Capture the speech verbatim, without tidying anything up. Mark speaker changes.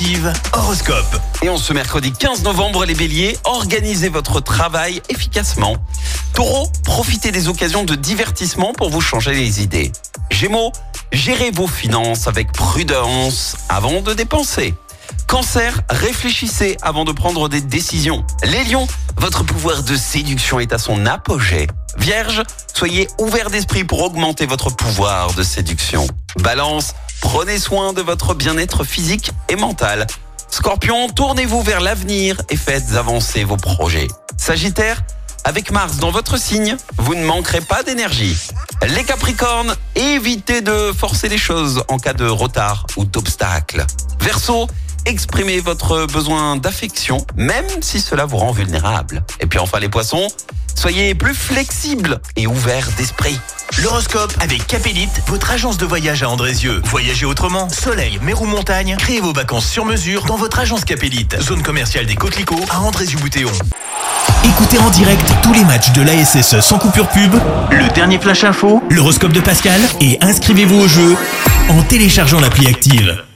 Speaker 1: Active, horoscope.
Speaker 2: Et en ce mercredi quinze novembre, les béliers, organisez votre travail efficacement. Taureau, profitez des occasions de divertissement pour vous changer les idées. Gémeaux, gérez vos finances avec prudence avant de dépenser. Cancer, réfléchissez avant de prendre des décisions. Les lions, votre pouvoir de séduction est à son apogée. Vierge, soyez ouvert d'esprit pour augmenter votre pouvoir de séduction. Balance, prenez soin de votre bien-être physique et mental. Scorpion, tournez-vous vers l'avenir et faites avancer vos projets. Sagittaire, avec Mars dans votre signe, vous ne manquerez pas d'énergie. Les Capricornes, évitez de forcer les choses en cas de retard ou d'obstacle. Verseau, exprimez votre besoin d'affection, même si cela vous rend vulnérable. Et puis enfin les Poissons, soyez plus flexibles et ouverts d'esprit.
Speaker 1: L'horoscope avec Capélite, votre agence de voyage à Andrézieux. Voyagez autrement, soleil, mer ou montagne, créez vos vacances sur mesure dans votre agence Capélite. Zone commerciale des Coquelicots à Andrézieux-Boutéon. Écoutez en direct tous les matchs de l'A S S E sans coupure pub, le dernier flash info, l'horoscope de Pascal et inscrivez-vous au jeu en téléchargeant l'appli Active.